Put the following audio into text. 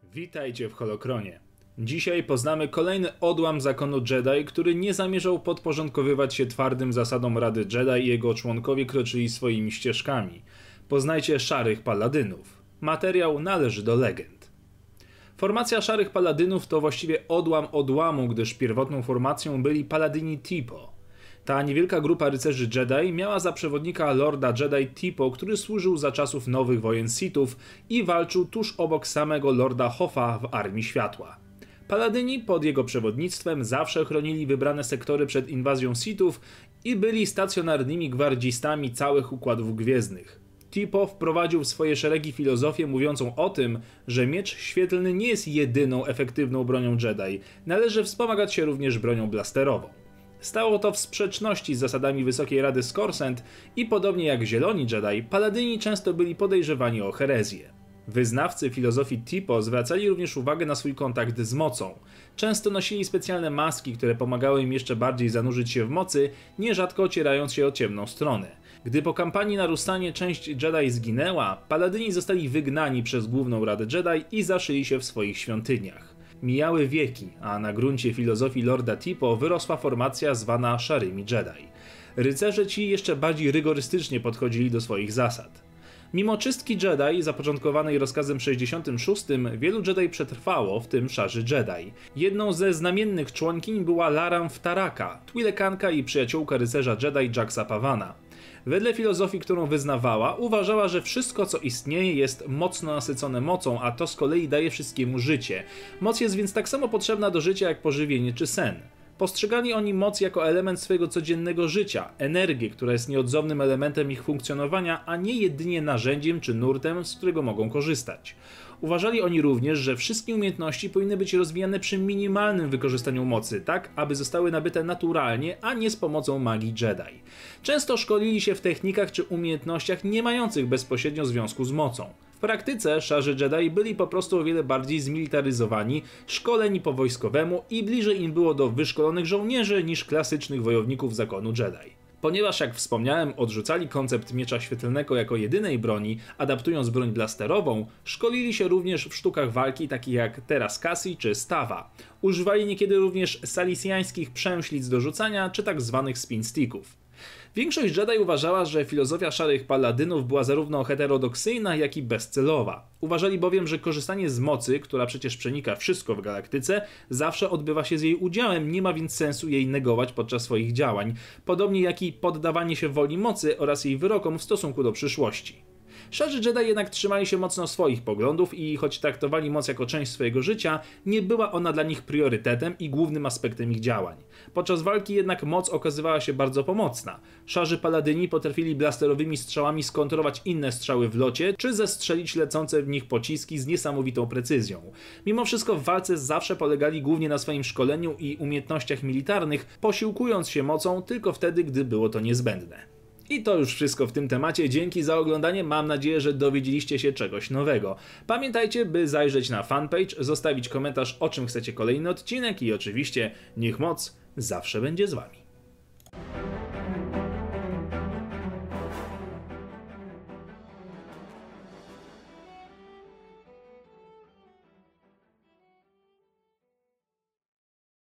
Witajcie w Holokronie. Dzisiaj poznamy kolejny odłam zakonu Jedi, który nie zamierzał podporządkowywać się twardym zasadom Rady Jedi i jego członkowie kroczyli swoimi ścieżkami. Poznajcie Szarych Paladynów. Materiał należy do legend. Formacja Szarych Paladynów to właściwie odłam odłamu, gdyż pierwotną formacją byli Paladyni Teepo. Ta niewielka grupa rycerzy Jedi miała za przewodnika Lorda Jedi Teepo, który służył za czasów nowych wojen Sithów i walczył tuż obok samego Lorda Hoffa w Armii Światła. Paladyni pod jego przewodnictwem zawsze chronili wybrane sektory przed inwazją Sithów i byli stacjonarnymi gwardzistami całych układów gwiezdnych. Teepo wprowadził w swoje szeregi filozofię mówiącą o tym, że miecz świetlny nie jest jedyną efektywną bronią Jedi, należy wspomagać się również bronią blasterową. Stało to w sprzeczności z zasadami Wysokiej Rady Scorsent i podobnie jak Zieloni Jedi, Paladyni często byli podejrzewani o herezję. Wyznawcy filozofii Teepo zwracali również uwagę na swój kontakt z mocą. Często nosili specjalne maski, które pomagały im jeszcze bardziej zanurzyć się w mocy, nierzadko ocierając się o ciemną stronę. Gdy po kampanii na Russanie część Jedi zginęła, Paladyni zostali wygnani przez główną Radę Jedi i zaszyli się w swoich świątyniach. Mijały wieki, a na gruncie filozofii Lorda Teepo wyrosła formacja zwana Szarymi Jedi. Rycerze ci jeszcze bardziej rygorystycznie podchodzili do swoich zasad. Mimo czystki Jedi zapoczątkowanej rozkazem 66, wielu Jedi przetrwało, w tym Szarzy Jedi. Jedną ze znamiennych członkiń była Laram Wtaraka, twilekanka i przyjaciółka rycerza Jedi Jaxa Pawana. Wedle filozofii, którą wyznawała, uważała, że wszystko co istnieje jest mocno nasycone mocą, a to z kolei daje wszystkiemu życie. Moc jest więc tak samo potrzebna do życia jak pożywienie czy sen. Postrzegali oni moc jako element swojego codziennego życia, energię, która jest nieodzownym elementem ich funkcjonowania, a nie jedynie narzędziem czy nurtem, z którego mogą korzystać. Uważali oni również, że wszystkie umiejętności powinny być rozwijane przy minimalnym wykorzystaniu mocy, tak aby zostały nabyte naturalnie, a nie z pomocą magii Jedi. Często szkolili się w technikach czy umiejętnościach nie mających bezpośrednio związku z mocą. W praktyce Szarzy Jedi byli po prostu o wiele bardziej zmilitaryzowani, szkoleni po wojskowemu i bliżej im było do wyszkolonych żołnierzy niż klasycznych wojowników zakonu Jedi. Ponieważ, jak wspomniałem, odrzucali koncept miecza świetlnego jako jedynej broni, adaptując broń blasterową, szkolili się również w sztukach walki takich jak Teraskasi czy Stawa. Używali niekiedy również salisjańskich przemślic do rzucania czy tak zwanych spin sticków. Większość Jedi uważała, że filozofia Szarych Paladynów była zarówno heterodoksyjna, jak i bezcelowa. Uważali bowiem, że korzystanie z mocy, która przecież przenika wszystko w galaktyce, zawsze odbywa się z jej udziałem, nie ma więc sensu jej negować podczas swoich działań, podobnie jak i poddawanie się woli mocy oraz jej wyrokom w stosunku do przyszłości. Szarzy Jedi jednak trzymali się mocno swoich poglądów i choć traktowali moc jako część swojego życia, nie była ona dla nich priorytetem i głównym aspektem ich działań. Podczas walki jednak moc okazywała się bardzo pomocna. Szarzy Paladyni potrafili blasterowymi strzałami skontrolować inne strzały w locie, czy zestrzelić lecące w nich pociski z niesamowitą precyzją. Mimo wszystko w walce zawsze polegali głównie na swoim szkoleniu i umiejętnościach militarnych, posiłkując się mocą tylko wtedy, gdy było to niezbędne. I to już wszystko w tym temacie. Dzięki za oglądanie, mam nadzieję, że dowiedzieliście się czegoś nowego. Pamiętajcie, by zajrzeć na fanpage, zostawić komentarz, o czym chcecie kolejny odcinek i oczywiście niech moc zawsze będzie z wami.